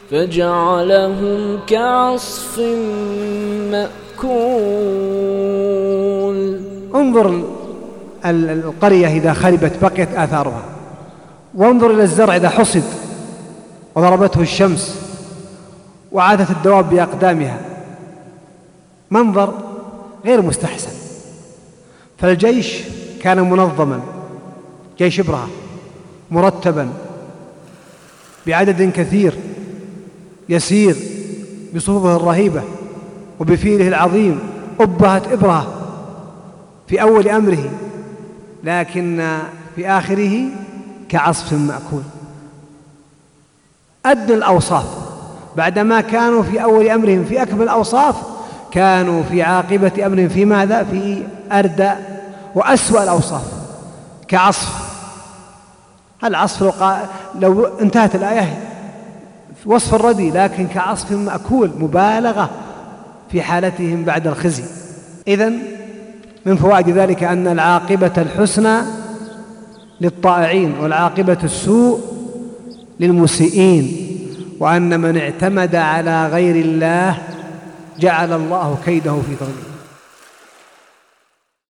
فجعلهم كعصف مأكول. انظر القرية إذا خربت بقيت آثارها، وانظر إلى الزرع إذا حصد وضربته الشمس وعادت الدواب بأقدامها، منظر غير مستحسن. فالجيش كان منظما، جيش إبرهة مرتبا بعدد كثير يسير بصفوفه الرهيبة وبفيله العظيم، أبهت إبرهة في أول أمره، لكن في آخره كعصف مأكول. أدنى الأوصاف، بعدما كانوا في أول أمرهم في أكمل الأوصاف، كانوا في عاقبة أمرهم في ماذا؟ في أردى وأسوأ الأوصاف، كعصف. العصف لو انتهت الآية في وصف الردي، لكن كعصف مأكول، مبالغة في حالتهم بعد الخزي. إذن من فوائد ذلك أن العاقبة الحسنى للطائعين والعاقبة السوء للمسيئين، وأن من اعتمد على غير الله جعل الله كيده في تضليل.